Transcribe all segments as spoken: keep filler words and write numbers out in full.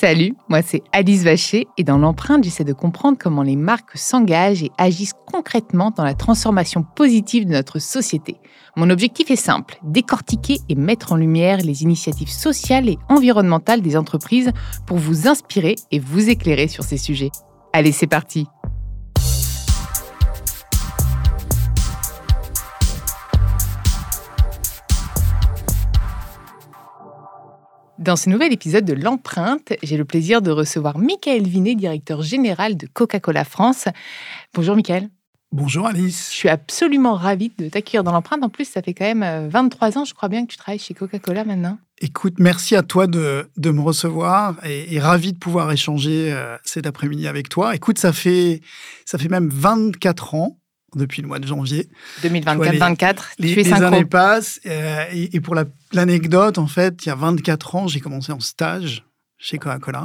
Salut, moi c'est Alice Vacher et dans l'empreinte, j'essaie de comprendre comment les marques s'engagent et agissent concrètement dans la transformation positive de notre société. Mon objectif est simple, décortiquer et mettre en lumière les initiatives sociales et environnementales des entreprises pour vous inspirer et vous éclairer sur ces sujets. Allez, c'est parti! Dans ce nouvel épisode de l'Empreinte, j'ai le plaisir de recevoir Michael Vinet, directeur général de Coca-Cola France. Bonjour Michael. Bonjour Alice. Je suis absolument ravie de t'accueillir dans l'Empreinte. En plus, ça fait quand même vingt-trois ans, je crois bien, que tu travailles chez Coca-Cola maintenant. Écoute, merci à toi de, de me recevoir et, et ravi de pouvoir échanger euh, cet après-midi avec toi. Écoute, ça fait, ça fait même vingt-quatre ans. Depuis le mois de janvier. deux mille vingt-quatre vingt-quatre, les, tu es les synchro. années passent. Euh, et, et pour la, l'anecdote, en fait, il y a vingt-quatre ans, j'ai commencé en stage chez Coca-Cola.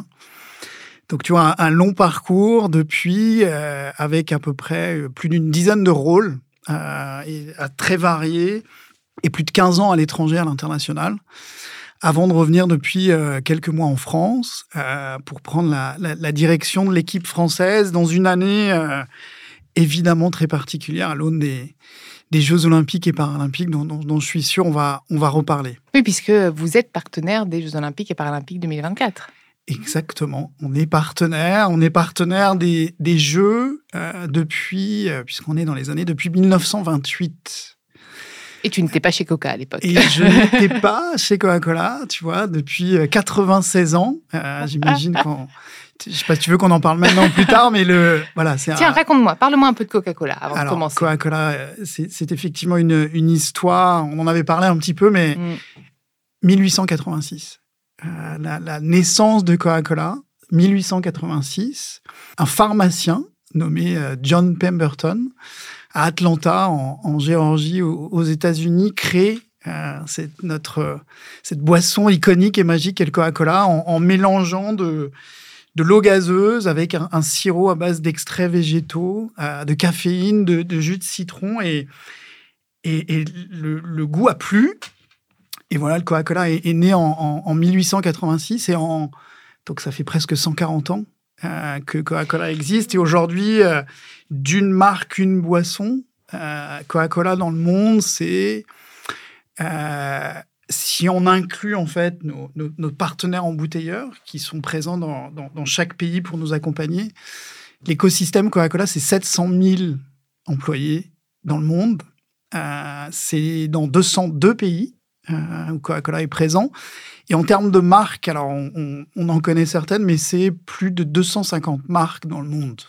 Donc, tu vois, un, un long parcours depuis, euh, avec à peu près plus d'une dizaine de rôles, euh, et, à très variés, et plus de quinze ans à l'étranger, à l'international, avant de revenir depuis euh, quelques mois en France, euh, pour prendre la, la, la direction de l'équipe française dans une année... Euh, évidemment très particulière à l'aune des, des Jeux Olympiques et Paralympiques dont, dont, dont je suis sûr on va, on va reparler. Oui, puisque vous êtes partenaire des Jeux Olympiques et Paralympiques deux mille vingt-quatre. Exactement. On est partenaire. On est partenaire des, des Jeux euh, depuis, euh, puisqu'on est dans les années, depuis dix-neuf cent vingt-huit. Et tu n'étais pas chez Coca à l'époque. Et je n'étais pas chez Coca-Cola, tu vois, depuis quatre-vingt-seize ans. Euh, j'imagine qu'on... Je ne sais pas si tu veux qu'on en parle maintenant ou plus tard, mais le voilà, c'est Tiens, un... raconte-moi, parle-moi un peu de Coca-Cola avant Alors, de commencer. Coca-Cola, c'est, c'est effectivement une, une histoire, on en avait parlé un petit peu, mais mm. dix-huit cent quatre-vingt-six, euh, la, la naissance de Coca-Cola, dix-huit cent quatre-vingt-six, un pharmacien nommé euh, John Pemberton, à Atlanta, en, en Géorgie, aux, aux États-Unis, crée euh, cette, notre, cette boisson iconique et magique qu'est le Coca-Cola, en, en mélangeant de... de l'eau gazeuse avec un, un sirop à base d'extraits végétaux, euh, de caféine, de, de jus de citron. Et, et, et le, le goût a plu. Et voilà, le Coca-Cola est, est né en, en, en dix-huit cent quatre-vingt-six. Et en, donc, ça fait presque cent quarante ans euh, que Coca-Cola existe. Et aujourd'hui, euh, d'une marque, une boisson, euh, Coca-Cola dans le monde, c'est... Euh, Si on inclut en fait nos, nos, nos partenaires embouteilleurs qui sont présents dans, dans, dans chaque pays pour nous accompagner, l'écosystème Coca-Cola, c'est sept cent mille employés dans le monde. Euh, c'est dans deux cent deux pays euh, où Coca-Cola est présent. Et en termes de marques, alors on, on, on en connaît certaines, mais c'est plus de deux cent cinquante marques dans le monde.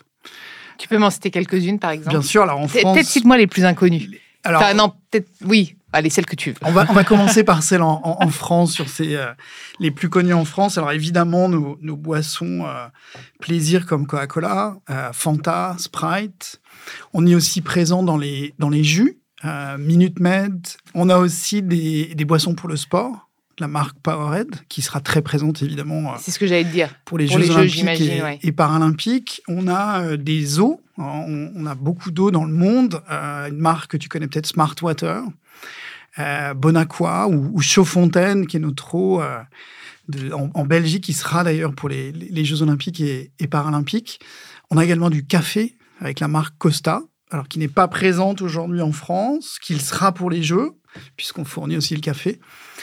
Tu peux m'en citer quelques-unes, par exemple ? Bien sûr. Alors en France, peut-être cite-moi les plus inconnues. Alors, enfin, non, peut-être, oui. Allez, celle que tu veux. On va, on va commencer par celle en, en, en France, sur ces, euh, les plus connues en France. Alors évidemment, nos, nos boissons euh, plaisir comme Coca-Cola, euh, Fanta, Sprite. On est aussi présent dans les, dans les jus, euh, Minute Maid. On a aussi des, des boissons pour le sport, la marque Powerade, qui sera très présente évidemment. Euh, C'est ce que j'allais te dire. Pour les pour Jeux les Olympiques jeux, et, ouais. et Paralympiques. On a euh, des eaux. On, on a beaucoup d'eau dans le monde. Euh, une marque que tu connais peut-être, Smart Water. Euh, Bonaqua ou, ou Chaudfontaine, qui est notre eau euh, de, en, en Belgique, qui sera d'ailleurs pour les, les Jeux Olympiques et, et Paralympiques. On a également du café avec la marque Costa, alors qui n'est pas présente aujourd'hui en France, qui sera pour les Jeux, puisqu'on fournit aussi le café.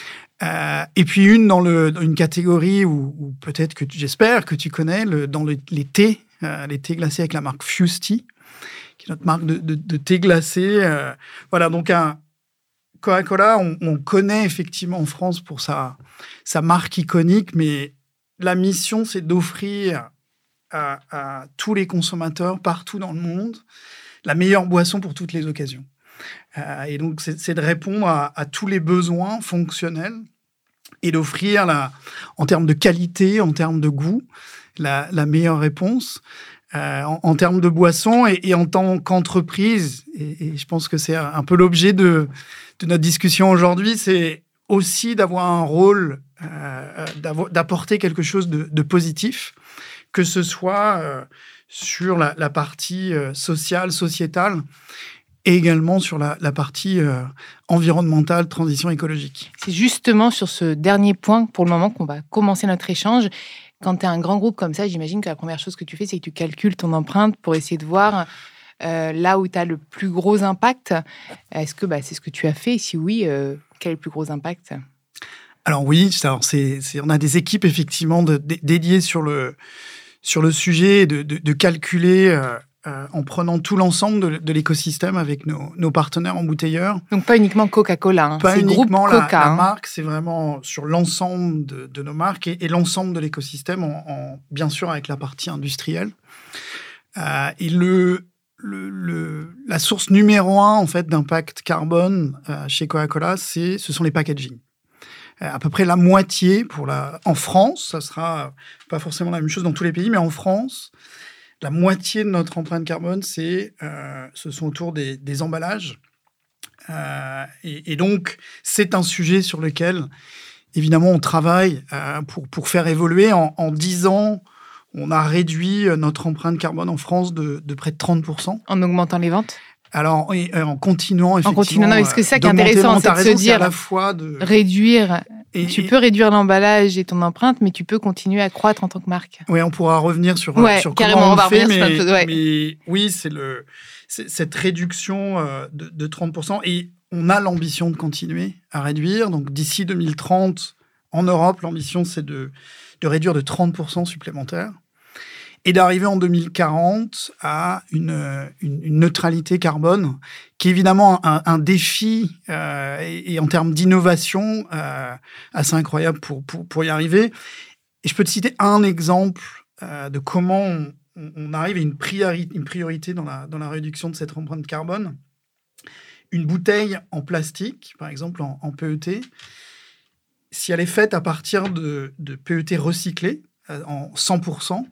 Euh, et puis une dans, le, dans une catégorie où, où peut-être que tu, j'espère que tu connais, le, dans le, les thés, euh, les thés glacés avec la marque Fuze Tea, qui est notre marque de, de, de thé glacé. Euh, voilà, donc un Coca-Cola, on, on connaît effectivement en France pour sa, sa marque iconique, mais la mission, c'est d'offrir à, à tous les consommateurs partout dans le monde la meilleure boisson pour toutes les occasions. Euh, et donc, c'est, c'est de répondre à, à tous les besoins fonctionnels et d'offrir, la, en termes de qualité, en termes de goût, la, la meilleure réponse. Euh, en, en termes de boisson et, et en tant qu'entreprise, et, et je pense que c'est un, un peu l'objet de, de notre discussion aujourd'hui, c'est aussi d'avoir un rôle, euh, d'avoir, d'apporter quelque chose de, de positif, que ce soit euh, sur la, la partie euh, sociale, sociétale, et également sur la, la partie euh, environnementale, transition écologique. C'est justement sur ce dernier point, pour le moment, qu'on va commencer notre échange. Quand tu es un grand groupe comme ça, j'imagine que la première chose que tu fais, c'est que tu calcules ton empreinte pour essayer de voir euh, là où tu as le plus gros impact. Est-ce que bah, c'est ce que tu as fait? Si oui, euh, quel est le plus gros impact? Alors oui, alors c'est, c'est, on a des équipes effectivement de, de, dédiées sur le, sur le sujet de, de, de calculer euh, euh, en prenant tout l'ensemble de, de l'écosystème avec nos, nos partenaires embouteilleurs. Donc pas uniquement Coca-Cola, hein. Pas c'est uniquement groupe la, Coca, la hein. marque, c'est vraiment sur l'ensemble de, de nos marques et, et l'ensemble de l'écosystème, en, en, bien sûr avec la partie industrielle. Euh, et le, le, le, la source numéro un en fait, d'impact carbone euh, chez Coca-Cola, c'est, ce sont les packaging. À peu près la moitié pour la... En France, ça sera pas forcément la même chose dans tous les pays, mais en France, la moitié de notre empreinte carbone, c'est, euh, ce sont autour des, des emballages. Euh, et, et donc, c'est un sujet sur lequel, évidemment, on travaille euh, pour, pour faire évoluer. En, en dix ans, on a réduit notre empreinte carbone en France de, de près de trente pour cent. En augmentant les ventes? Alors, et, euh, en continuant, effectivement... En continuant, non, est-ce que c'est ça qui est intéressant, c'est de se dire, à la fois de... réduire... Et, tu et... peux réduire l'emballage et ton empreinte, mais tu peux continuer à croître en tant que marque. Oui, on pourra revenir sur, ouais, sur carrément, comment on, on va le fait, revenir mais, sur chose, ouais. mais oui, c'est, le, c'est cette réduction euh, de, de trente pour cent. Et on a l'ambition de continuer à réduire. Donc, d'ici deux mille trente, en Europe, l'ambition, c'est de, de réduire de trente pour cent supplémentaires et d'arriver en deux mille quarante à une, une, une neutralité carbone, qui est évidemment un, un défi euh, et, et en termes d'innovation euh, assez incroyable pour, pour, pour y arriver. Et je peux te citer un exemple euh, de comment on, on arrive à une priorité, une priorité dans, la, dans la réduction de cette empreinte carbone. Une bouteille en plastique, par exemple en, en P E T, si elle est faite à partir de, de P E T recyclé, euh, en cent pour cent,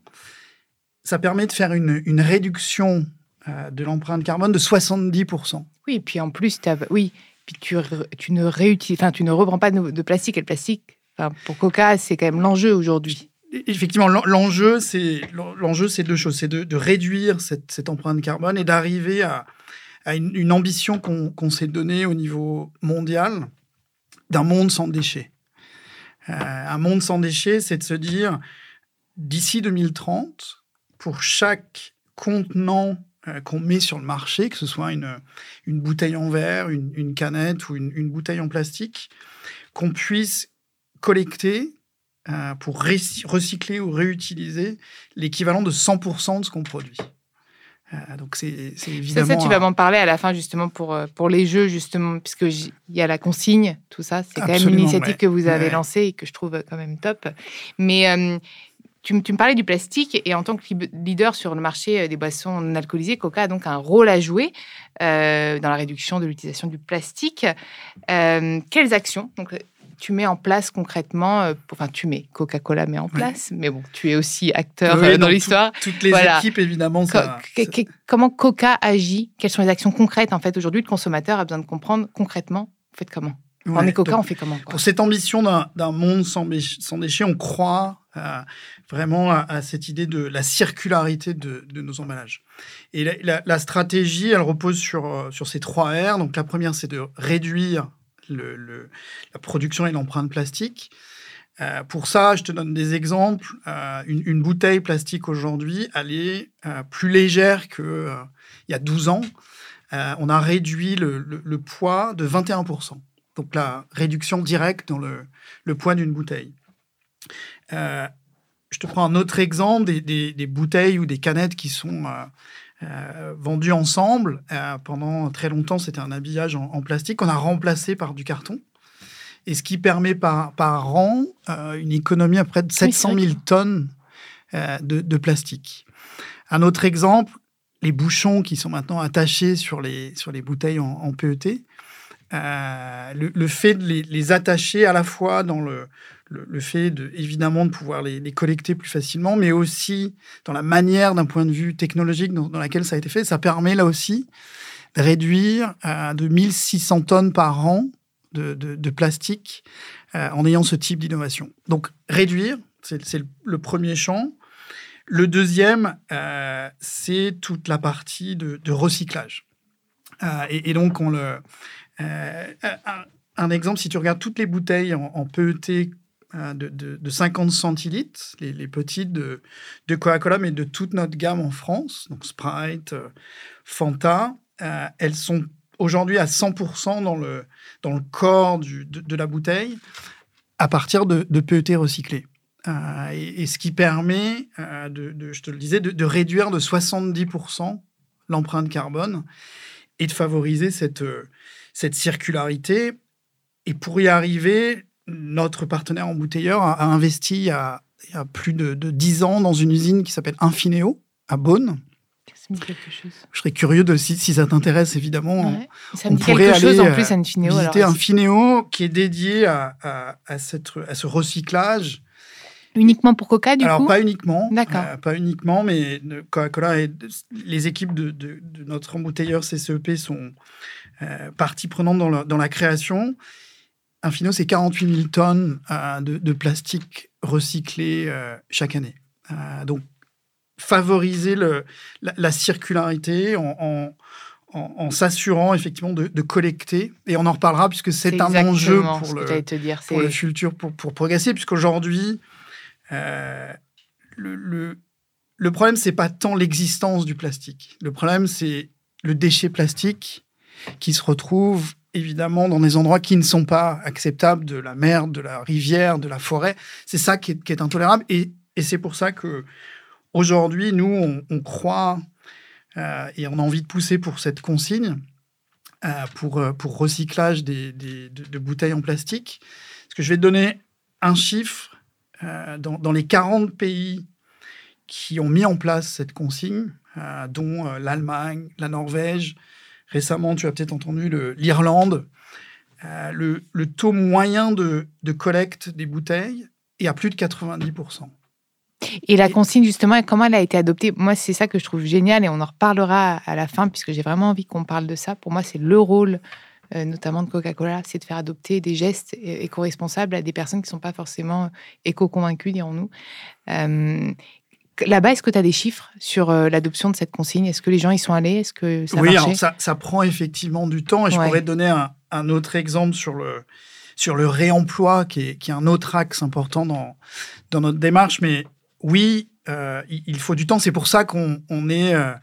ça permet de faire une, une réduction euh, de l'empreinte carbone de soixante-dix pour cent. Oui, et puis en plus, t'as, oui, puis tu, tu, ne réutilises, enfin, tu ne reprends pas de, de plastique. Et le plastique, enfin, pour Coca, c'est quand même l'enjeu aujourd'hui. Effectivement, l'enjeu, c'est, l'enjeu, c'est deux choses. C'est de, de réduire cette, cette empreinte carbone et d'arriver à, à une, une ambition qu'on, qu'on s'est donnée au niveau mondial d'un monde sans déchets. Euh, un monde sans déchets, c'est de se dire, d'ici deux mille trente, pour chaque contenant euh, qu'on met sur le marché, que ce soit une, une bouteille en verre, une, une canette ou une, une bouteille en plastique, qu'on puisse collecter euh, pour ré- recycler ou réutiliser l'équivalent de cent pour cent de ce qu'on produit. Euh, donc c'est, c'est évidemment... C'est ça, tu vas un... m'en parler à la fin, justement, pour, pour les jeux, justement, puisqu'il y a la consigne, tout ça. C'est quand Absolument, même une initiative ouais. que vous avez ouais. lancée et que je trouve quand même top. Mais... Euh, Tu me, tu me parlais du plastique et en tant que leader sur le marché des boissons non alcoolisées, Coca a donc un rôle à jouer euh, dans la réduction de l'utilisation du plastique. Euh, quelles actions donc, tu mets en place concrètement euh, Enfin, tu mets, Coca-Cola met en place, oui. mais bon, tu es aussi acteur oui, euh, dans l'histoire. Tout, toutes les voilà. équipes, évidemment. Ça, Co- ça... Comment Coca agit? Quelles sont les actions concrètes en fait aujourd'hui? Le consommateur a besoin de comprendre concrètement. Vous faites comment? Ouais, on est Coca, donc, on fait comment quoi? Pour cette ambition d'un, d'un monde sans, béch- sans déchets, on croit euh, vraiment à, à cette idée de la circularité de, de nos emballages. Et la, la, la stratégie, elle repose sur, euh, sur ces trois R. Donc la première, c'est de réduire le, le, la production et l'empreinte plastique. Euh, pour ça, je te donne des exemples. Euh, une, une bouteille plastique aujourd'hui, elle est euh, plus légère qu'il euh, y a douze ans. Euh, on a réduit le, le, le poids de vingt et un pour cent. Donc, la réduction directe dans le, le poids d'une bouteille. Euh, je te prends un autre exemple, des, des, des bouteilles ou des canettes qui sont euh, euh, vendues ensemble. Euh, pendant très longtemps, c'était un habillage en, en plastique qu'on a remplacé par du carton. Et ce qui permet par, par an euh, une économie à près de sept cent mille tonnes euh, de, de plastique. Un autre exemple, les bouchons qui sont maintenant attachés sur les, sur les bouteilles en, en P E T. Euh, le, le fait de les, les attacher à la fois dans le, le, le fait de, évidemment de pouvoir les, les collecter plus facilement, mais aussi dans la manière d'un point de vue technologique dans, dans laquelle ça a été fait, ça permet là aussi de réduire euh, de mille six cents tonnes par an de, de, de plastique euh, en ayant ce type d'innovation. Donc réduire, c'est, c'est le, le premier champ. Le deuxième, euh, c'est toute la partie de, de recyclage. Euh, et, et donc on le... Euh, un, un exemple, si tu regardes toutes les bouteilles en, en P E T euh, de, de, de cinquante centilitres, les, les petites de, de Coca-Cola, mais de toute notre gamme en France, donc Sprite, euh, Fanta, euh, elles sont aujourd'hui à cent pour cent dans le, dans le corps du, de, de la bouteille, à partir de, de P E T recyclés. Euh, et, et ce qui permet, euh, de, de, je te le disais, de, de réduire de soixante-dix pour cent l'empreinte carbone et de favoriser cette, euh, cette circularité. Et pour y arriver, notre partenaire embouteilleur a, a investi il y a, il y a plus de, de dix ans dans une usine qui s'appelle Infineo, à Beaune. Quelque chose. Je serais curieux de si, si ça t'intéresse, évidemment. Ouais. Ça on me dit pourrait quelque chose aller, en plus, euh, Infineo. visiter alors, Infineo qui est dédié à, à, à, cette, à ce recyclage. Uniquement pour Coca, du alors, coup pas uniquement. D'accord. Euh, pas uniquement, mais Coca-Cola et les équipes de, de, de notre embouteilleur C C E P sont euh, partie prenante dans la, dans la création. Infineo, c'est quarante-huit mille tonnes euh, de, de plastique recyclé euh, chaque année. Euh, donc, favoriser le, la, la circularité en, en, en, en s'assurant effectivement de, de collecter. Et on en reparlera puisque c'est, c'est un enjeu pour, le, te dire, pour le futur, pour, pour progresser, puisqu'aujourd'hui, euh, le, le, le problème, c'est pas tant l'existence du plastique. Le problème, c'est le déchet plastique qui se retrouve évidemment dans des endroits qui ne sont pas acceptables, de la mer, de la rivière, de la forêt. C'est ça qui est, qui est intolérable. Et, et c'est pour ça que aujourd'hui, nous, on, on croit euh, et on a envie de pousser pour cette consigne, euh, pour, pour recyclage des, des, de, de bouteilles en plastique. Parce que je vais te donner un chiffre. Euh, dans, dans les quarante pays qui ont mis en place cette consigne, euh, dont euh, l'Allemagne, la Norvège, récemment, tu as peut-être entendu le, l'Irlande, euh, le, le taux moyen de, de collecte des bouteilles est à plus de quatre-vingt-dix pour cent. Et la consigne, justement, comment elle a été adoptée? Moi, c'est ça que je trouve génial et on en reparlera à la fin puisque j'ai vraiment envie qu'on parle de ça. Pour moi, c'est le rôle, euh, notamment de Coca-Cola, c'est de faire adopter des gestes éco-responsables à des personnes qui ne sont pas forcément éco-convaincues, dirons-nous. Euh, là-bas, est-ce que tu as des chiffres sur euh, l'adoption de cette consigne? Est-ce que les gens y sont allés? Est-ce que ça a oui, marché? alors ça, ça prend effectivement du temps et je ouais. pourrais te donner un, un autre exemple sur le, sur le réemploi qui est, qui est un autre axe important dans, dans notre démarche. Mais oui, euh, il faut du temps. C'est pour ça qu'on on est, euh,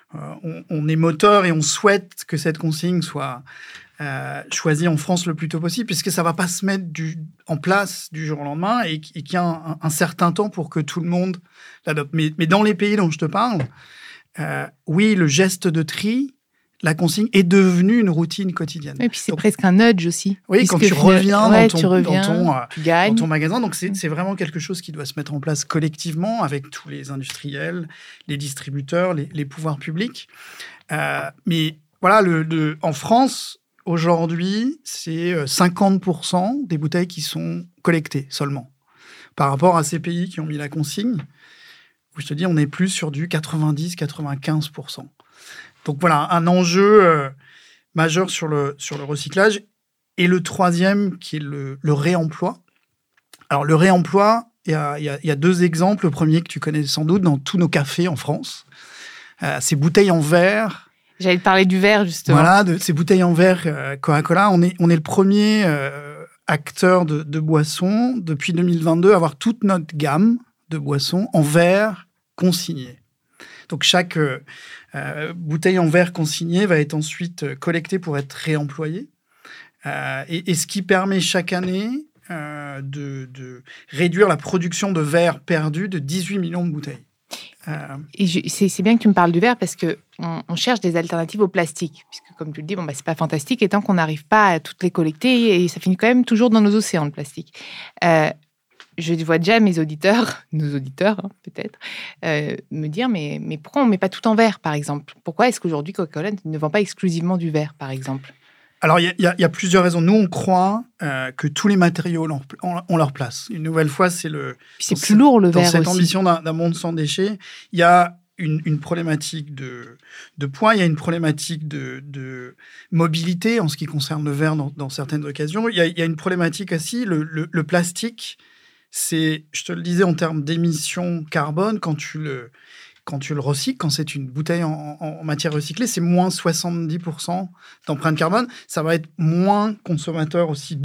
on, on est moteur et on souhaite que cette consigne soit euh, choisie en France le plus tôt possible, puisque ça ne va pas se mettre du, en place du jour au lendemain et, et qu'il y a un, un certain temps pour que tout le monde l'adopte. Mais, mais dans les pays dont je te parle, euh, oui, le geste de tri, la consigne est devenue une routine quotidienne. Et puis c'est donc, presque un nudge aussi. Oui, quand tu reviens, ouais, dans, ton, tu reviens dans, ton, tu gagnes. dans ton magasin. Donc c'est, c'est vraiment quelque chose qui doit se mettre en place collectivement avec tous les industriels, les distributeurs, les, les pouvoirs publics. Euh, mais voilà, le, le, en France, aujourd'hui, c'est cinquante pour cent des bouteilles qui sont collectées seulement. Par rapport à ces pays qui ont mis la consigne, où je te dis, on est plus sur du quatre-vingt-dix à quatre-vingt-quinze pour cent. Donc voilà, un enjeu euh, majeur sur le, sur le recyclage. Et le troisième, qui est le, le réemploi. Alors le réemploi, il y a, y, a, y a deux exemples. Le premier que tu connais sans doute dans tous nos cafés en France. Euh, ces bouteilles en verre. J'allais te parler du verre, justement. Voilà, de ces bouteilles en verre euh, Coca-Cola. On est, on est le premier euh, acteur de, de boissons depuis deux mille vingt-deux à avoir toute notre gamme de boissons en verre consignées. Donc, chaque euh, euh, bouteille en verre consignée va être ensuite euh, collectée pour être réemployée. Euh, et, et ce qui permet chaque année euh, de, de réduire la production de verre perdu de dix-huit millions de bouteilles. Euh... Et je, c'est, c'est bien que tu me parles du verre parce qu'on on cherche des alternatives au plastique. Puisque, comme tu le dis, bon, bah, c'est pas fantastique. Et tant qu'on n'arrive pas à toutes les collecter, et ça finit quand même toujours dans nos océans, le plastique. Euh, Je vois déjà mes auditeurs, nos auditeurs hein, peut-être, euh, me dire mais, mais pourquoi on ne met pas tout en verre, par exemple? Pourquoi est-ce qu'aujourd'hui Coca-Cola ne vend pas exclusivement du verre, par exemple? Alors, il y, y, y a plusieurs raisons. Nous, on croit euh, que tous les matériaux ont, ont leur place. Une nouvelle fois, c'est le... Puis c'est plus lourd, le dans verre cette aussi. ambition d'un, d'un monde sans déchets, il y a une, une problématique de, de poids, il y a une problématique de, de mobilité en ce qui concerne le verre dans, dans certaines occasions. Il y, y a une problématique aussi, le, le, le plastique... C'est, je te le disais, en termes d'émissions carbone, quand tu le, quand tu le recycles, quand c'est une bouteille en, en matière recyclée, c'est moins soixante-dix pour cent d'empreinte carbone. Ça va être moins consommateur aussi d'eau,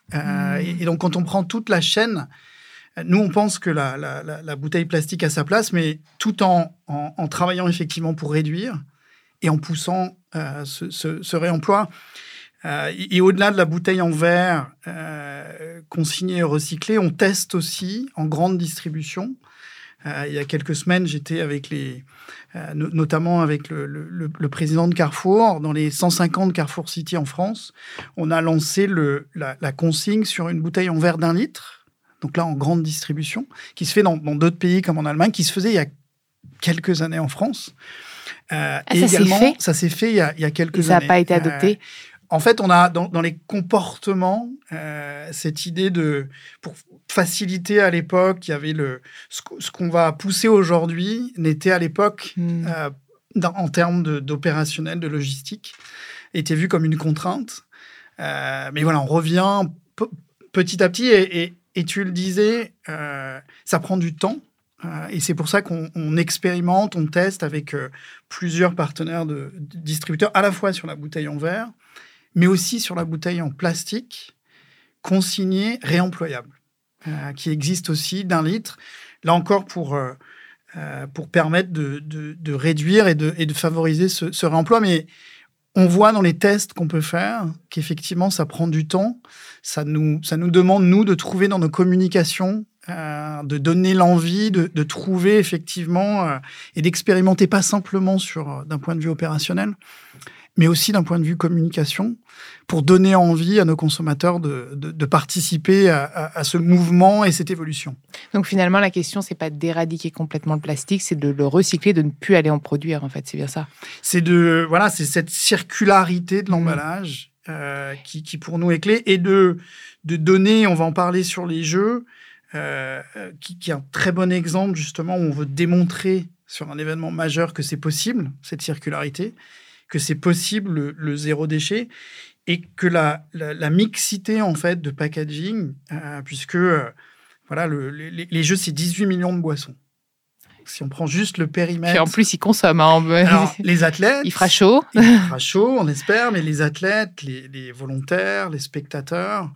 Euh, mmh. et, et donc, quand on prend toute la chaîne, nous, on pense que la, la, la, la bouteille plastique a sa place, mais tout en, en, en travaillant effectivement pour réduire et en poussant euh, ce, ce, ce réemploi. Euh, et, et au-delà de la bouteille en verre euh, consignée et recyclée, on teste aussi en grande distribution. Euh, il y a quelques semaines, j'étais avec les, euh, no- notamment avec le, le, le président de Carrefour. Dans les cent cinquante Carrefour City en France, on a lancé le, la, la consigne sur une bouteille en verre d'un litre, donc là en grande distribution, qui se fait dans, dans d'autres pays comme en Allemagne, qui se faisait il y a quelques années en France. Euh, ah, et ça également, s'est fait ça s'est fait il y a, il y a quelques et ça années. Ça n'a pas été adopté euh, En fait, on a dans, dans les comportements euh, cette idée de pour faciliter à l'époque, il y avait le ce, ce qu'on va pousser aujourd'hui n'était à l'époque mmh. euh, dans, en termes de, d'opérationnel, de logistique, était vu comme une contrainte. Euh, mais voilà, on revient p- petit à petit et, et, et tu le disais, euh, ça prend du temps. Euh, et c'est pour ça qu'on on expérimente, on teste avec euh, plusieurs partenaires de, de distributeurs, à la fois sur la bouteille en verre, mais aussi sur la bouteille en plastique, consignée, réemployable, euh, qui existe aussi d'un litre. Là encore, pour, euh, euh, pour permettre de, de, de réduire et de, et de favoriser ce, ce réemploi. Mais on voit dans les tests qu'on peut faire qu'effectivement, ça prend du temps. Ça nous, ça nous demande, nous, de trouver dans nos communications, euh, de donner l'envie, de, de trouver effectivement euh, et d'expérimenter pas simplement sur, d'un point de vue opérationnel, mais aussi d'un point de vue communication, pour donner envie à nos consommateurs de, de, de participer à, à, à ce mouvement et cette évolution. Donc finalement, la question, c'est pas d'éradiquer complètement le plastique, c'est de le recycler, de ne plus aller en produire, en fait, c'est bien ça. C'est de voilà, c'est cette circularité de l'emballage mmh. euh, qui, qui pour nous est clé, et de, de donner, on va en parler sur les jeux, euh, qui, qui est un très bon exemple justement où on veut démontrer sur un événement majeur que c'est possible, cette circularité, que c'est possible le, le zéro déchet, et que la, la, la mixité en fait de packaging, euh, puisque euh, voilà, le, les, les jeux, c'est dix-huit millions de boissons. Si on prend juste le périmètre... Puis en plus, ils consomment. Hein. Alors, les athlètes... Il fera chaud. Il fera chaud, on espère, mais les athlètes, les, les volontaires, les spectateurs,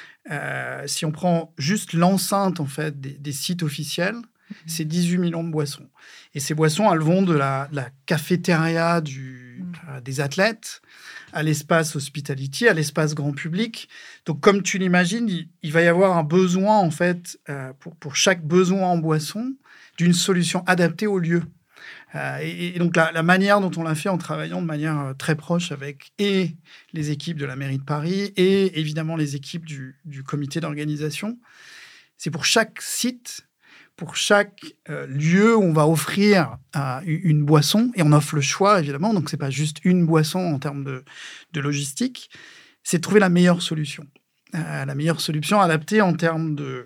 euh, si on prend juste l'enceinte en fait, des, des sites officiels, c'est dix-huit millions de boissons. Et ces boissons, elles vont de la, de la cafétéria du, euh, des athlètes à l'espace hospitality, à l'espace grand public. Donc, comme tu l'imagines, il, il va y avoir un besoin, en fait, euh, pour, pour chaque besoin en boisson, d'une solution adaptée au lieu. Euh, et, et donc, la, la manière dont on l'a fait en travaillant de manière euh, très proche avec et les équipes de la mairie de Paris et évidemment les équipes du, du comité d'organisation, c'est pour chaque site, pour chaque euh, lieu où on va offrir euh, une boisson, et on offre le choix, évidemment, donc ce n'est pas juste une boisson en termes de, de logistique, c'est de trouver la meilleure solution. Euh, la meilleure solution adaptée en termes de,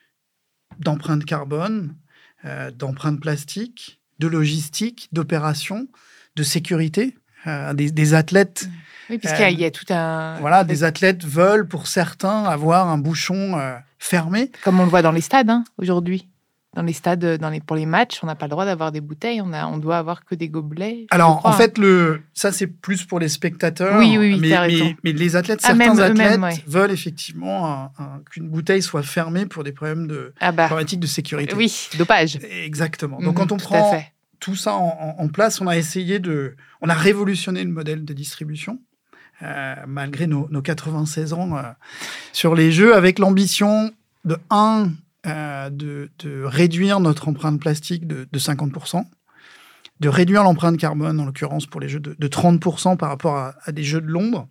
d'empreinte carbone, euh, d'empreinte plastique, de logistique, d'opération, de sécurité. Euh, des, des athlètes... Oui, puisqu'il euh, y a tout un... Voilà, des athlètes veulent, pour certains, avoir un bouchon euh, fermé. Comme on le voit dans les stades, hein, aujourd'hui. Dans les stades, dans les, pour les matchs, on n'a pas le droit d'avoir des bouteilles, on, a, on doit avoir que des gobelets. Alors, crois, en fait, le, ça, c'est plus pour les spectateurs. Oui, oui, oui, mais, mais, mais les athlètes, ah, certains même, athlètes ouais. veulent effectivement un, un, qu'une bouteille soit fermée pour des problèmes de, ah bah. problématiques de sécurité. Oui, dopage. Exactement. Donc, mmh, quand on tout prend tout ça en, en place, on a essayé de... On a révolutionné le modèle de distribution, euh, malgré nos, nos quatre-vingt-seize ans euh, sur les jeux, avec l'ambition de, un... Euh, de, de réduire notre empreinte plastique de, de cinquante pour cent, de réduire l'empreinte carbone, en l'occurrence pour les jeux, de, de trente pour cent par rapport à, à des jeux de l'ombre,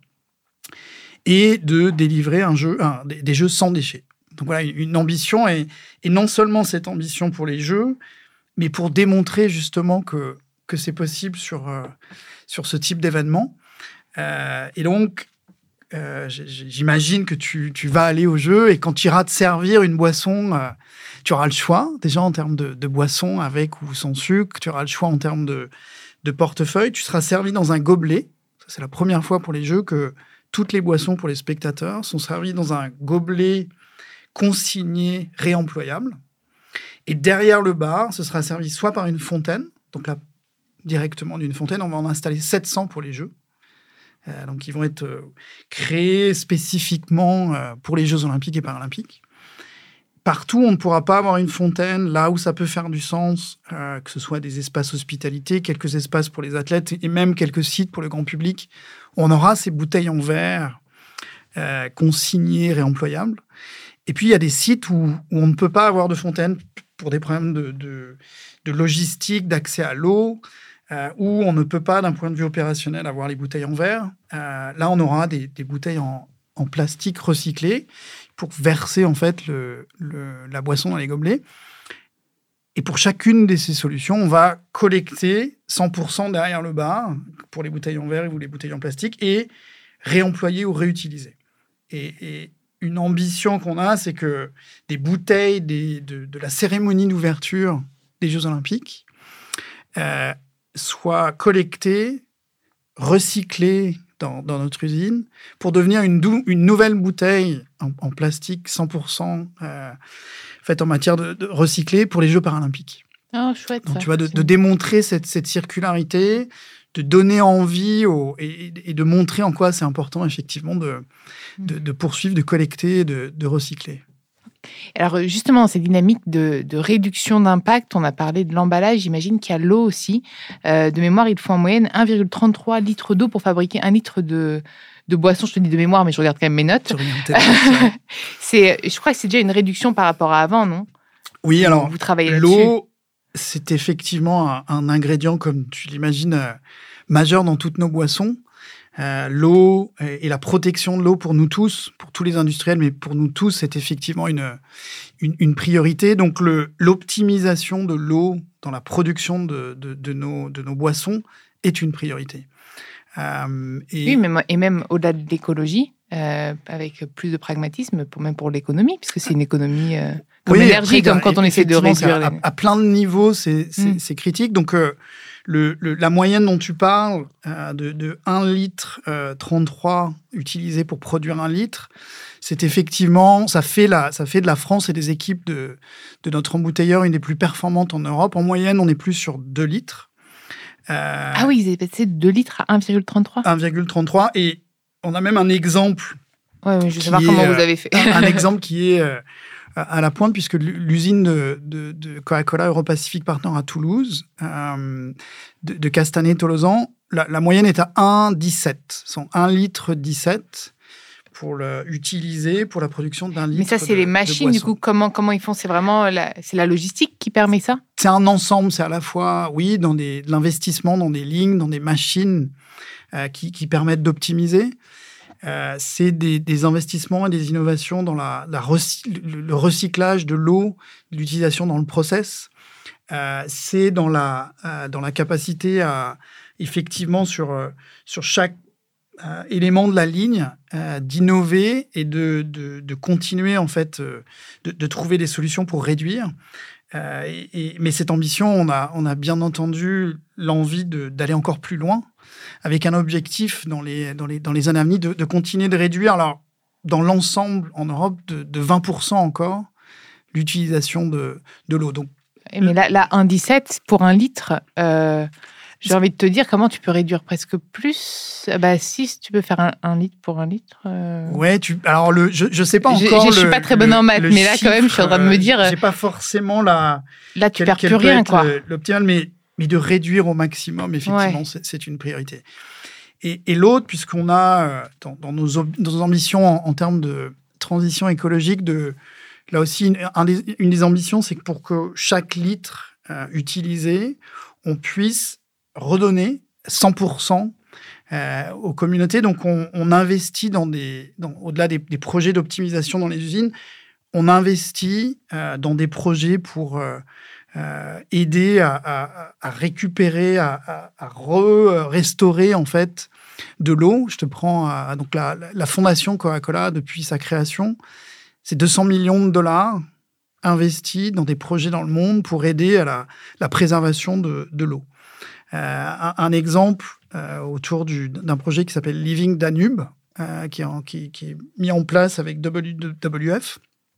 et de délivrer un jeu, un, des, des jeux sans déchets. Donc voilà, une ambition, et, et non seulement cette ambition pour les jeux, mais pour démontrer justement que, que c'est possible sur, euh, sur ce type d'événement. Euh, et donc, Euh, j'imagine que tu, tu vas aller au jeu, et quand tu iras te servir une boisson, euh, tu auras le choix, déjà en termes de, de boisson avec ou sans sucre, tu auras le choix en termes de, de portefeuille, tu seras servi dans un gobelet. Ça, c'est la première fois pour les jeux que toutes les boissons pour les spectateurs sont servies dans un gobelet consigné réemployable. Et derrière le bar, ce sera servi soit par une fontaine, donc là, directement d'une fontaine, on va en installer sept cents pour les jeux. Euh, donc, ils vont être euh, créés spécifiquement euh, pour les Jeux olympiques et paralympiques. Partout, on ne pourra pas avoir une fontaine. Là où ça peut faire du sens, euh, que ce soit des espaces hospitalité, quelques espaces pour les athlètes et même quelques sites pour le grand public, on aura ces bouteilles en verre euh, consignées, réemployables. Et puis, il y a des sites où, où on ne peut pas avoir de fontaine pour des problèmes de, de, de logistique, d'accès à l'eau, euh, où on ne peut pas, d'un point de vue opérationnel, avoir les bouteilles en verre. Euh, là, on aura des, des bouteilles en, en plastique recyclé pour verser en fait le, le, la boisson dans les gobelets. Et pour chacune de ces solutions, on va collecter cent pour cent derrière le bar pour les bouteilles en verre ou les bouteilles en plastique et réemployer ou réutiliser. Et, et une ambition qu'on a, c'est que des bouteilles des, de, de la cérémonie d'ouverture des Jeux Olympiques euh, soient collectées, recyclées dans, dans notre usine pour devenir une, dou- une nouvelle bouteille en, en plastique cent pour cent euh, faite en matière de, de recyclée pour les Jeux paralympiques. Oh, chouette. Donc, ça. tu vois, de, de démontrer cette, cette circularité, de donner envie au, et, et de montrer en quoi c'est important, effectivement, de, de, de poursuivre, de collecter, de, de recycler. Alors, justement, ces dynamiques de, de réduction d'impact, on a parlé de l'emballage, j'imagine qu'il y a l'eau aussi. Euh, de mémoire, il faut en moyenne un virgule trente-trois litres d'eau pour fabriquer un litre de, de boisson. Je te dis de mémoire, mais je regarde quand même mes notes. c'est, je crois que c'est déjà une réduction par rapport à avant, non ? Oui, alors, vous travaillez l'eau, là-dessus. C'est effectivement un, un ingrédient, comme tu l'imagines, euh, majeur dans toutes nos boissons. Euh, l'eau et, et la protection de l'eau pour nous tous, pour tous les industriels, mais pour nous tous, c'est effectivement une, une, une priorité. Donc, le, l'optimisation de l'eau dans la production de, de, de, nos, de nos boissons est une priorité. Euh, et... Oui, même, et même au-delà de l'écologie, euh, avec plus de pragmatisme, pour, même pour l'économie, puisque c'est une économie... Euh... Comme oui, l'énergie, après, comme quand on essaie de réduire... À, à plein de niveaux, c'est, c'est, mm. c'est critique. Donc, euh, le, le, la moyenne dont tu parles, euh, de, de un litre trente-trois utilisé pour produire un litre, c'est effectivement... Ça fait, la, ça fait de la France et des équipes de, de notre embouteilleur une des plus performantes en Europe. En moyenne, on est plus sur deux litres. Euh, ah oui, ils avaient passé de deux litres à un virgule trente-trois. un virgule trente-trois. Et on a même un exemple... Oui, ouais, je veux savoir est, comment vous avez fait. un, un exemple qui est... Euh, à la pointe, puisque l'usine de, de, de Coca-Cola Europacific Partners à Toulouse, euh, de, de Castanet-Tolosan, la, la moyenne est à un virgule dix-sept. Sont un litre dix-sept pour le, utiliser pour la production d'un litre. Mais ça, c'est de, les machines, du coup, comment, comment ils font ? C'est vraiment la, c'est la logistique qui permet ça ? C'est un ensemble, c'est à la fois, oui, dans des, de l'investissement, dans des lignes, dans des machines euh, qui, qui permettent d'optimiser. Euh, c'est des, des investissements et des innovations dans la, la recy- le, le recyclage de l'eau, l'utilisation dans le process. Euh, c'est dans la, euh, dans la capacité à, effectivement, sur, euh, sur chaque euh, élément de la ligne, euh, d'innover et de, de, de continuer, en fait, euh, de, de trouver des solutions pour réduire. Euh, et, et, mais cette ambition, on a, on a bien entendu l'envie de, d'aller encore plus loin, avec un objectif dans les, dans les, dans les années à venir de, de continuer de réduire, alors, dans l'ensemble en Europe, de, de vingt pour cent encore l'utilisation de, de l'eau. Donc, mais là, là un virgule dix-sept pour un litre, euh, j'ai envie de te dire comment tu peux réduire presque plus. Bah, si tu peux faire un, un litre pour un litre. Euh... Ouais, tu, alors le, je ne sais pas encore. Je ne suis le, pas très bonne le, en maths, mais là, chiffre, quand même, je suis en train de me dire. Je n'ai pas forcément la. Là, tu ne perds plus rien, quoi. L'optimal, mais. Mais de réduire au maximum, effectivement, ouais. c'est, c'est une priorité. Et, et l'autre, puisqu'on a, dans, dans, nos, dans nos ambitions en, en termes de transition écologique, de, là aussi, une, un des, une des ambitions, c'est que pour que chaque litre euh, utilisé, on puisse redonner cent pour cent euh, aux communautés. Donc, on, on investit dans des, dans, au-delà des, des projets d'optimisation dans les usines, on investit euh, dans des projets pour... Euh, Euh, aider à, à, à récupérer, à, à, à re- restaurer en fait de l'eau. Je te prends à, donc la, la fondation Coca-Cola depuis sa création, c'est deux cents millions de dollars investis dans des projets dans le monde pour aider à la, la préservation de, de l'eau. Euh, un, un exemple euh, autour du, d'un projet qui s'appelle Living Danube, euh, qui, est en, qui, qui est mis en place avec W W F,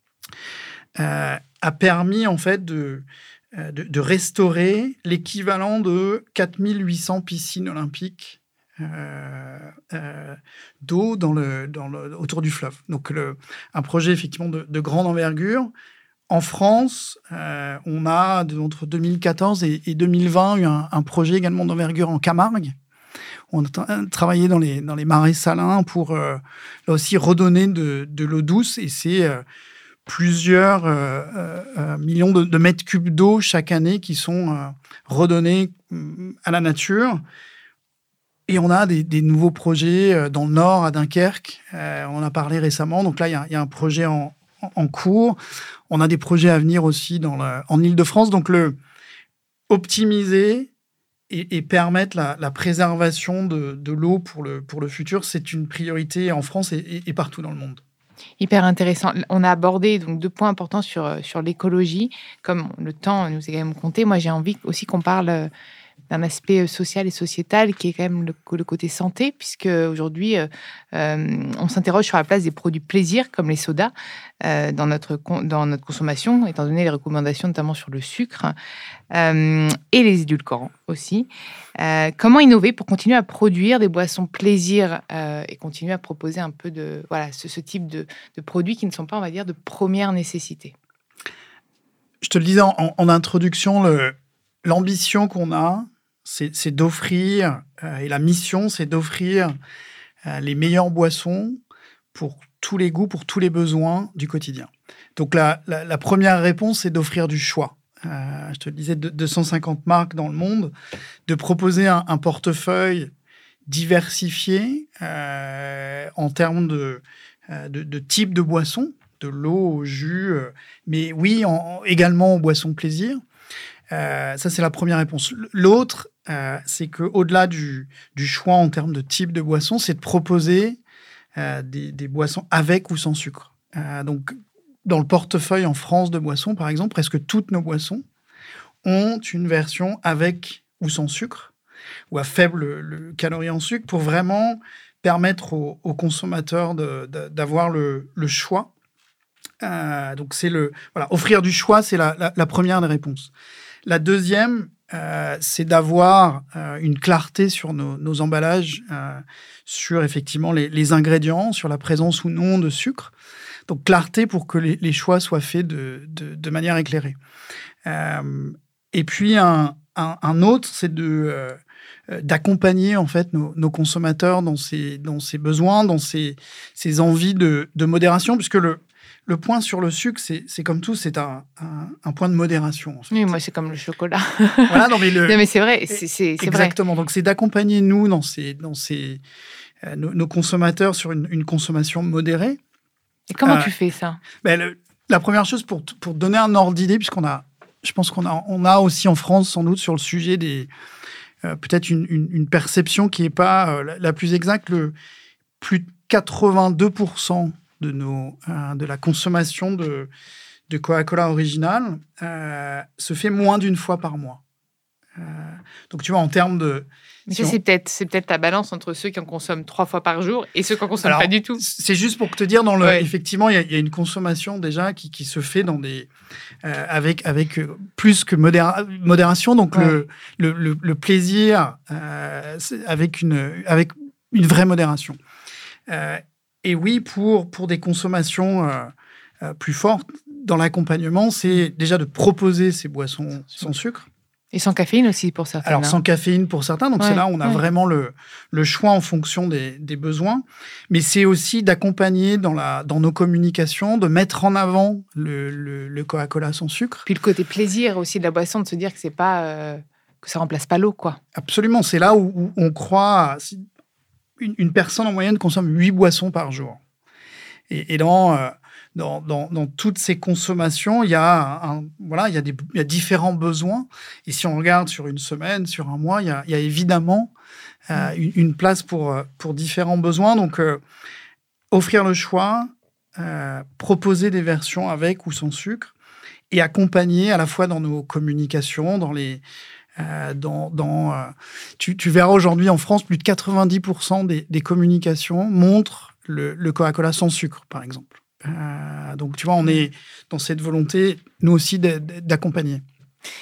euh, a permis en fait de De, de restaurer l'équivalent de quatre mille huit cents piscines olympiques euh, euh, d'eau dans le, dans le, autour du fleuve. Donc, le, un projet effectivement de, de grande envergure. En France, euh, on a, de, entre deux mille quatorze et, et deux mille vingt, eu un, un projet également d'envergure en Camargue. On a tra- travaillé dans les, dans les marais salins pour, euh, là aussi, redonner de, de l'eau douce. Et c'est euh, plusieurs euh, euh, millions de, de mètres cubes d'eau chaque année qui sont euh, redonnés à la nature. Et on a des, des nouveaux projets dans le Nord, à Dunkerque. Euh, on en a parlé récemment. Donc là, il y, y a un projet en, en, en cours. On a des projets à venir aussi dans la, en Île-de-France. Donc, le optimiser et, et permettre la, la préservation de, de l'eau pour le, pour le futur, c'est une priorité en France et, et, et partout dans le monde. Hyper intéressant. On a abordé donc deux points importants sur, sur l'écologie. Comme le temps nous est quand même compté, moi, j'ai envie aussi qu'on parle d'un aspect social et sociétal qui est quand même le, le côté santé, puisque aujourd'hui, euh, on s'interroge sur la place des produits plaisir, comme les sodas, euh, dans, notre, dans notre consommation, étant donné les recommandations notamment sur le sucre euh, et les édulcorants aussi. Euh, comment innover pour continuer à produire des boissons plaisir euh, et continuer à proposer un peu de voilà, ce, ce type de, de produits qui ne sont pas, on va dire, de première nécessité? Je te le disais en, en introduction, le, l'ambition qu'on a, c'est, c'est d'offrir, euh, et la mission, c'est d'offrir euh, les meilleures boissons pour tous les goûts, pour tous les besoins du quotidien. Donc, la, la, la première réponse, c'est d'offrir du choix. Euh, je te le disais, deux cent cinquante marques dans le monde, de proposer un, un portefeuille diversifié euh, en termes de, euh, de, de type de boissons, de l'eau au jus, euh, mais oui, en, également aux boissons plaisir. Euh, ça, c'est la première réponse. L'autre, euh, c'est qu'au-delà du, du choix en termes de type de boisson, c'est de proposer euh, des, des boissons avec ou sans sucre. Euh, donc, dans le portefeuille en France de boissons, par exemple, presque toutes nos boissons ont une version avec ou sans sucre, ou à faible le, calorie en sucre, pour vraiment permettre aux, aux consommateurs de, de, d'avoir le, le choix. Euh, donc, c'est le, voilà, offrir du choix, c'est la, la, la première des réponses. La deuxième, euh, c'est d'avoir euh, une clarté sur nos, nos emballages, euh, sur effectivement les, les ingrédients, sur la présence ou non de sucre. Donc, clarté pour que les, les choix soient faits de, de, de manière éclairée. Euh, et puis, un, un, un autre, c'est de, euh, d'accompagner en fait nos, nos consommateurs dans ces, dans ces besoins, dans ces, ces envies de, de modération, puisque le Le point sur le sucre, c'est, c'est comme tout, c'est un, un, un point de modération. En fait. Oui, moi, c'est comme le chocolat. Voilà, non, mais, le, non, mais c'est vrai, c'est, c'est, c'est exactement. vrai. Donc, c'est d'accompagner nous, dans ces, dans ces, euh, nos, nos consommateurs, sur une, une consommation modérée. Et comment euh, tu fais ça? ben, le, La première chose, pour, pour donner un ordre d'idée, puisqu'on a, je pense qu'on a, on a aussi en France, sans doute, sur le sujet des... Euh, peut-être une, une, une perception qui n'est pas euh, la, la plus exacte. Le, plus de quatre-vingt-deux pour cent de, nos, euh, de la consommation de, de Coca-Cola original euh, se fait moins d'une fois par mois. Euh, donc, tu vois, en termes de... Mais si ça, on... c'est, peut-être, c'est peut-être la balance entre ceux qui en consomment trois fois par jour et ceux qui en consomment Alors, pas du tout. C'est juste pour te dire, dans le, ouais. effectivement, il y, y a une consommation déjà qui, qui se fait dans des, euh, avec, avec plus que modéra- modération. Donc, ouais. le, le, le, le plaisir euh, avec, une, avec une vraie modération. Euh, Et oui, pour, pour des consommations euh, euh, plus fortes, dans l'accompagnement, c'est déjà de proposer ces boissons sans sucre. Et sans caféine aussi pour certains. Alors, sans caféine pour certains. Donc, ouais, c'est là où on a ouais. vraiment le, le choix en fonction des, des besoins. Mais c'est aussi d'accompagner dans, la, dans nos communications, de mettre en avant le, le, le Coca-Cola sans sucre. Puis le côté plaisir aussi de la boisson, de se dire que, c'est pas, euh, que ça ne remplace pas l'eau, quoi. Absolument. C'est là où, où on croit... Une, une personne en moyenne consomme huit boissons par jour. Et, et dans, euh, dans, dans, dans toutes ces consommations, il y a, un, voilà, il y a, des, il y a différents besoins. Et si on regarde sur une semaine, sur un mois, il y a, il y a évidemment euh, une, une place pour, pour différents besoins. Donc, euh, offrir le choix, euh, proposer des versions avec ou sans sucre et accompagner à la fois dans nos communications, dans les... Euh, dans, dans, euh, tu, tu verras aujourd'hui en France, plus de quatre-vingt-dix pour cent des, des communications montrent le, le Coca-Cola sans sucre, par exemple. Euh, donc, tu vois, on est dans cette volonté, nous aussi, d'accompagner.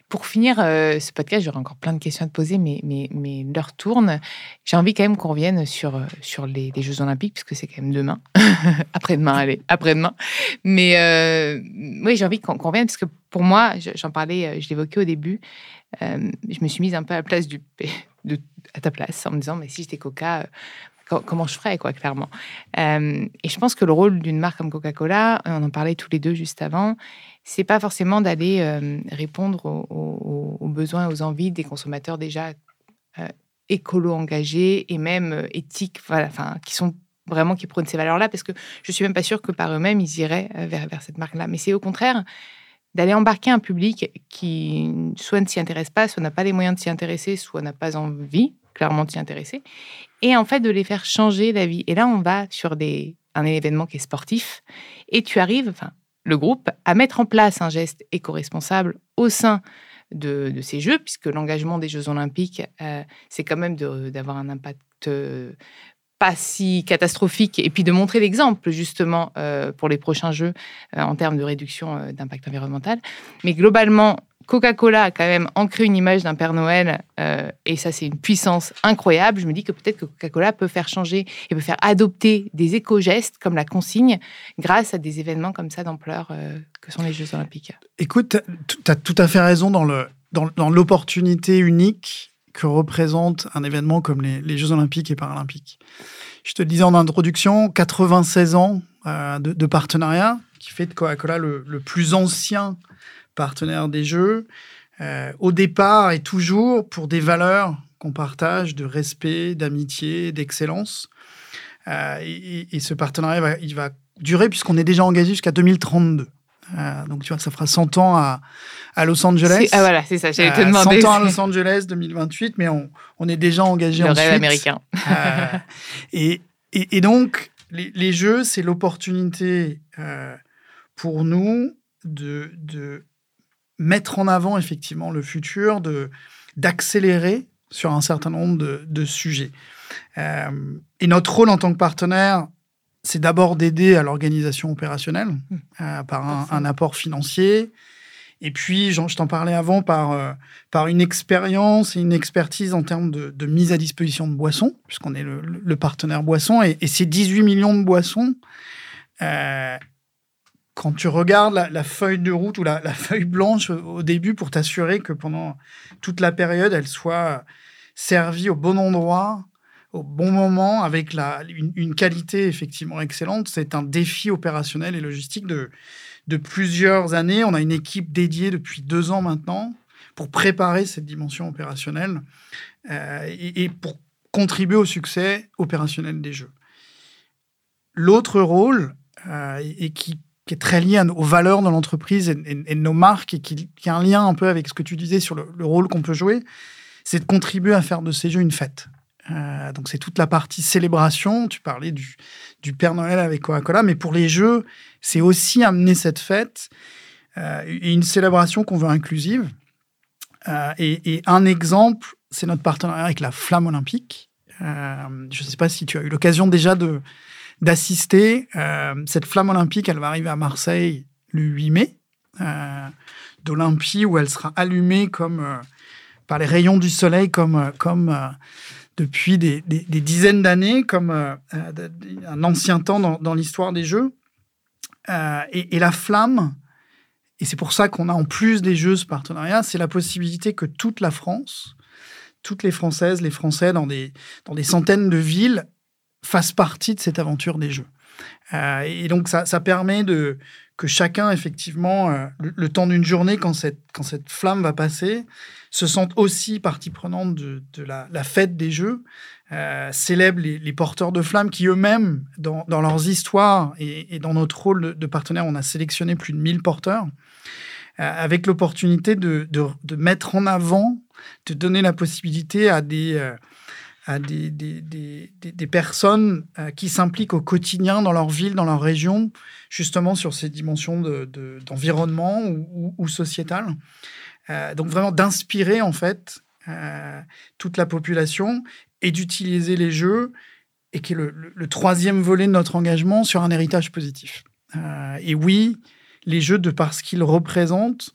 Pour finir euh, ce podcast, j'aurais encore plein de questions à te poser, mais, mais, mais l'heure tourne. J'ai envie quand même qu'on revienne sur, sur les, les Jeux Olympiques, puisque c'est quand même demain. Après-demain, allez, après-demain. Mais euh, oui, j'ai envie qu'on, qu'on revienne, parce que pour moi, j'en parlais, je l'évoquais au début, euh, je me suis mise un peu à la place du, de, à ta place, en me disant, mais si j'étais Coca, euh, comment je ferais, quoi, clairement. Euh, et je pense que le rôle d'une marque comme Coca-Cola, on en parlait tous les deux juste avant, c'est pas forcément d'aller euh, répondre aux, aux, aux besoins et aux envies des consommateurs déjà euh, écolo engagés et même euh, éthiques, voilà, enfin, qui sont vraiment qui prônent ces valeurs-là, parce que je suis même pas sûre que par eux-mêmes ils iraient euh, vers, vers cette marque-là. Mais c'est au contraire d'aller embarquer un public qui soit ne s'y intéresse pas, soit n'a pas les moyens de s'y intéresser, soit n'a pas envie clairement de s'y intéresser, et en fait de les faire changer d'avis. Et là, on va sur des, un événement qui est sportif, et tu arrives, enfin, le groupe, à mettre en place un geste éco-responsable au sein de, de ces Jeux, puisque l'engagement des Jeux Olympiques, euh, c'est quand même de, d'avoir un impact euh, pas si catastrophique, et puis de montrer l'exemple, justement, euh, pour les prochains Jeux, euh, en termes de réduction euh, d'impact environnemental. Mais globalement, Coca-Cola a quand même ancré une image d'un Père Noël, euh, et ça, c'est une puissance incroyable. Je me dis que peut-être que Coca-Cola peut faire changer et peut faire adopter des éco-gestes comme la consigne grâce à des événements comme ça d'ampleur euh, que sont les Jeux Olympiques. Écoute, tu as tout à fait raison dans, le, dans, dans l'opportunité unique que représente un événement comme les, les Jeux Olympiques et Paralympiques. Je te le disais en introduction, quatre-vingt-seize ans euh, de, de partenariat, qui fait de Coca-Cola le, le plus ancien partenaire des Jeux, euh, au départ et toujours pour des valeurs qu'on partage de respect, d'amitié, d'excellence. Euh, et, et ce partenariat, va, il va durer puisqu'on est déjà engagé jusqu'à deux mille trente-deux. Euh, donc, tu vois, ça fera cent ans à, à Los Angeles. C'est, ah voilà, c'est ça, j'allais te euh, demander. cent ans à Los Angeles, deux mille vingt-huit, mais on, on est déjà engagé Le ensuite. rêve américain. euh, et, et, et donc, les, les Jeux, c'est l'opportunité euh, pour nous de... de mettre en avant effectivement le futur, de, d'accélérer sur un certain nombre de, de sujets. Euh, et notre rôle en tant que partenaire, c'est d'abord d'aider à l'organisation opérationnelle euh, par un, un apport financier. Et puis, je t'en parlais avant, par, euh, par une expérience et une expertise en termes de, de mise à disposition de boissons, puisqu'on est le, le partenaire boisson. Et, et ces dix-huit millions de boissons, euh, quand tu regardes la, la feuille de route ou la, la feuille blanche au, au début pour t'assurer que pendant toute la période, elle soit servie au bon endroit, au bon moment, avec la, une, une qualité effectivement excellente, c'est un défi opérationnel et logistique de, de plusieurs années. On a une équipe dédiée depuis deux ans maintenant pour préparer cette dimension opérationnelle euh, et, et pour contribuer au succès opérationnel des Jeux. L'autre rôle, euh, et qui qui est très lié aux valeurs de l'entreprise et, et, et de nos marques, et qui, qui a un lien un peu avec ce que tu disais sur le, le rôle qu'on peut jouer, c'est de contribuer à faire de ces Jeux une fête. Euh, donc, c'est toute la partie célébration. Tu parlais du, du Père Noël avec Coca-Cola, mais pour les Jeux, c'est aussi amener cette fête euh, et une célébration qu'on veut inclusive. Euh, et, et un exemple, c'est notre partenariat avec la Flamme Olympique. Euh, je ne sais pas si tu as eu l'occasion déjà de d'assister. Euh, cette flamme olympique, elle va arriver à Marseille le huit mai, euh, d'Olympie, où elle sera allumée comme, euh, par les rayons du soleil, comme, euh, comme euh, depuis des, des, des dizaines d'années, comme euh, un ancien temps dans, dans l'histoire des Jeux. Euh, et, et la flamme, et c'est pour ça qu'on a en plus des Jeux ce partenariat, c'est la possibilité que toute la France, toutes les Françaises, les Français dans des, dans des centaines de villes, fasse partie de cette aventure des Jeux. Euh, et donc, ça, ça permet de, que chacun, effectivement, euh, le, le temps d'une journée, quand cette, quand cette flamme va passer, se sente aussi partie prenante de, de la, la fête des Jeux, euh, célèbre les, les porteurs de flammes qui, eux-mêmes, dans, dans leurs histoires et, et dans notre rôle de, de partenaire, on a sélectionné plus de mille porteurs, euh, avec l'opportunité de, de, de mettre en avant, de donner la possibilité à des... Euh, à des, des, des, des personnes euh, qui s'impliquent au quotidien dans leur ville, dans leur région, justement sur ces dimensions de, de, d'environnement ou, ou, ou sociétales. Euh, donc vraiment d'inspirer en fait euh, toute la population et d'utiliser les Jeux, et qui est le, le, le troisième volet de notre engagement sur un héritage positif. Euh, et oui, les Jeux, de par ce qu'ils représentent,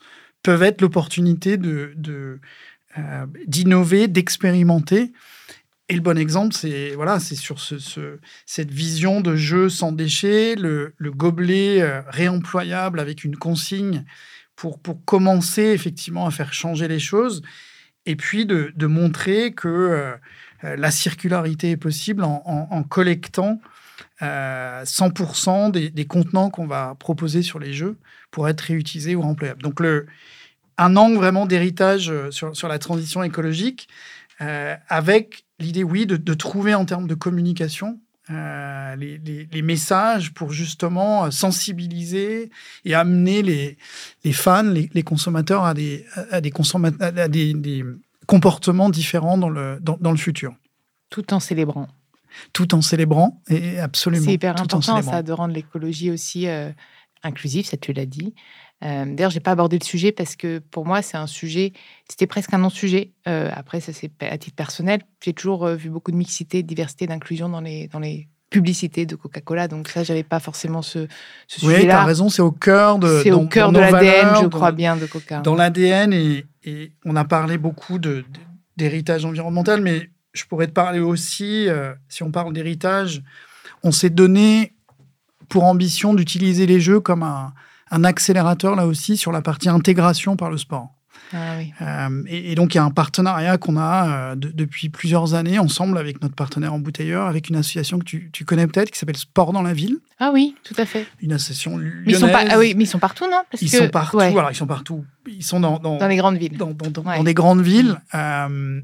peuvent être l'opportunité de, de, euh, d'innover, d'expérimenter. Et le bon exemple, c'est, voilà, c'est sur ce, ce, cette vision de jeu sans déchets, le, le gobelet euh, réemployable avec une consigne pour, pour commencer effectivement à faire changer les choses. Et puis de, de montrer que euh, la circularité est possible en, en, en collectant euh, cent pour cent des, des contenants qu'on va proposer sur les jeux pour être réutilisés ou remployables. Donc, le, un angle vraiment d'héritage sur, sur la transition écologique euh, avec l'idée, oui, de, de trouver en termes de communication euh, les, les, les messages pour justement sensibiliser et amener les, les fans, les, les consommateurs à des, à des, consomma- à des, des comportements différents dans le, dans, dans le futur. Tout en célébrant. Tout en célébrant, et absolument. C'est hyper tout important, ça, de rendre l'écologie aussi euh, inclusive, ça tu l'as dit. Euh, d'ailleurs, je n'ai pas abordé le sujet parce que pour moi, c'est un sujet, c'était presque un non-sujet. Euh, après, ça, c'est à titre personnel. J'ai toujours euh, vu beaucoup de mixité, de diversité, d'inclusion dans les, dans les publicités de Coca-Cola. Donc ça, je n'avais pas forcément ce, ce sujet-là. Oui, tu as raison, c'est au cœur de C'est dans, au cœur dans de nos l'A D N, valeurs, je dans, crois bien, de Coca. Dans l'A D N, et, et on a parlé beaucoup de, de, d'héritage environnemental, mais je pourrais te parler aussi, euh, si on parle d'héritage, on s'est donné pour ambition d'utiliser les jeux comme un, un accélérateur, là aussi, sur la partie intégration par le sport. Ah, oui. euh, et, et donc, il y a un partenariat qu'on a euh, de, depuis plusieurs années, ensemble, avec notre partenaire embouteilleur, avec une association que tu, tu connais peut-être, qui s'appelle Sport dans la ville. Ah oui, tout à fait. Une association lyonnaise. Mais ils sont, pas, ah oui, mais ils sont partout, non? Parce Ils que, sont partout, ouais. alors ils sont partout. Ils sont dans... Dans, dans les grandes villes. Dans, dans, dans, ouais. dans des grandes villes. Euh,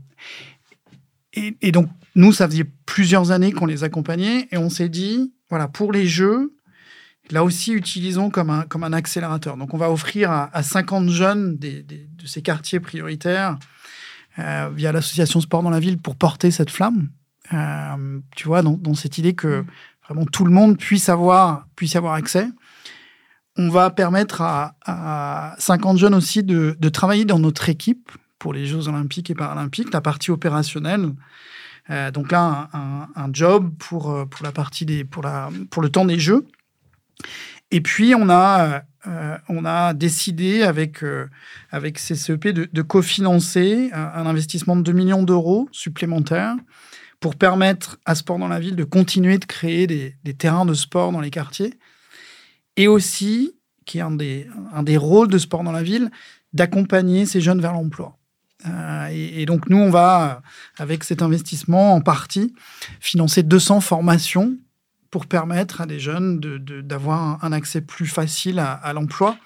et, et donc, nous, ça faisait plusieurs années qu'on les accompagnait, et on s'est dit, voilà, pour les jeux, là aussi, utilisons comme un, comme un accélérateur. Donc, on va offrir à, à cinquante jeunes des, des, de ces quartiers prioritaires euh, via l'association Sport dans la ville pour porter cette flamme. Euh, tu vois, dans, dans cette idée que vraiment tout le monde puisse avoir, puisse avoir accès. On va permettre à, à cinquante jeunes aussi de, de travailler dans notre équipe pour les Jeux olympiques et paralympiques, la partie opérationnelle. Euh, donc là, un, un, un job pour, pour, la partie des, pour, la, pour le temps des Jeux. Et puis, on a, euh, on a décidé avec, euh, avec C C E P de, de cofinancer un, un investissement de deux millions d'euros supplémentaires pour permettre à Sport dans la ville de continuer de créer des, des terrains de sport dans les quartiers. Et aussi, qui est un des, un des rôles de Sport dans la ville, d'accompagner ces jeunes vers l'emploi. Euh, et, et donc, nous, on va, avec cet investissement, en partie, financer deux cents formations pour permettre à des jeunes de, de, d'avoir un accès plus facile à, à l'emploi.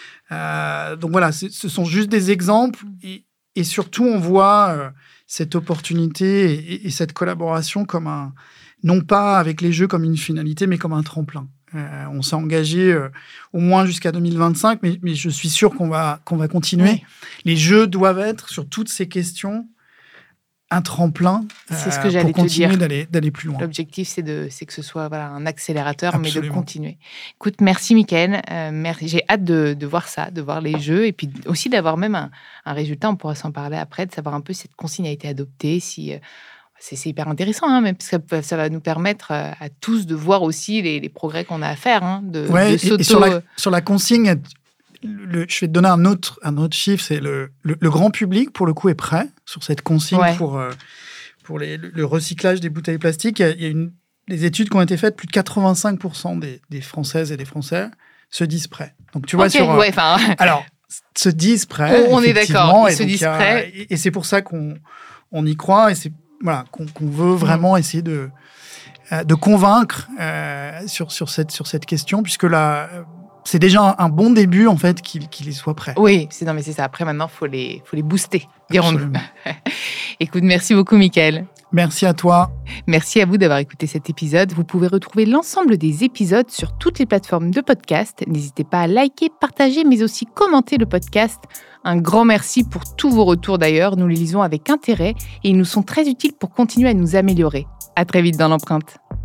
Euh, donc voilà, ce sont juste des exemples. Et, et surtout, on voit euh, cette opportunité et, et cette collaboration comme un, non pas avec les jeux comme une finalité, mais comme un tremplin. Euh, on s'est engagé euh, au moins jusqu'à deux mille vingt-cinq, mais, mais je suis sûr qu'on va, qu'on va continuer. Oui. Les jeux doivent être, sur toutes ces questions, un tremplin c'est ce que euh, j'allais pour continuer te dire. D'aller, d'aller plus loin. L'objectif, c'est, de, c'est que ce soit voilà, un accélérateur, Absolument. Mais de continuer. Écoute, merci Mickaël. Euh, merci. J'ai hâte de, de voir ça, de voir les jeux, et puis aussi d'avoir même un, un résultat. On pourra s'en parler après, de savoir un peu si cette consigne a été adoptée, si... Euh, C'est, c'est hyper intéressant, hein, même, parce que ça va nous permettre à, à tous de voir aussi les, les progrès qu'on a à faire. Hein, de, ouais, de s'auto... et, et sur, la, sur la consigne, le, je vais te donner un autre, un autre chiffre. C'est le, le, le grand public, pour le coup, est prêt sur cette consigne ouais. pour, euh, pour les, le recyclage des bouteilles plastiques. Il y a, il y a une, des études qui ont été faites, plus de quatre-vingt-cinq pour cent des, des Françaises et des Français se disent prêts. Donc, tu vois, okay, sur... Ouais, alors, se disent prêts, On, on est d'accord, ils et se disent a, prêts. Et, et c'est pour ça qu'on on y croit, et c'est Voilà, qu'on, qu'on veut vraiment mmh. essayer de, euh, de convaincre euh, sur, sur, cette, sur cette question, puisque là, euh, c'est déjà un, un bon début, en fait, qu'ils, qu'ils soient prêts. Oui, c'est, non, mais c'est ça. Après, maintenant, il faut les, faut les booster, dirons-nous. Écoute, merci beaucoup, Mickaël. Merci à toi. Merci à vous d'avoir écouté cet épisode. Vous pouvez retrouver l'ensemble des épisodes sur toutes les plateformes de podcast. N'hésitez pas à liker, partager, mais aussi commenter le podcast. Un grand merci pour tous vos retours d'ailleurs. Nous les lisons avec intérêt et ils nous sont très utiles pour continuer à nous améliorer. À très vite dans l'empreinte.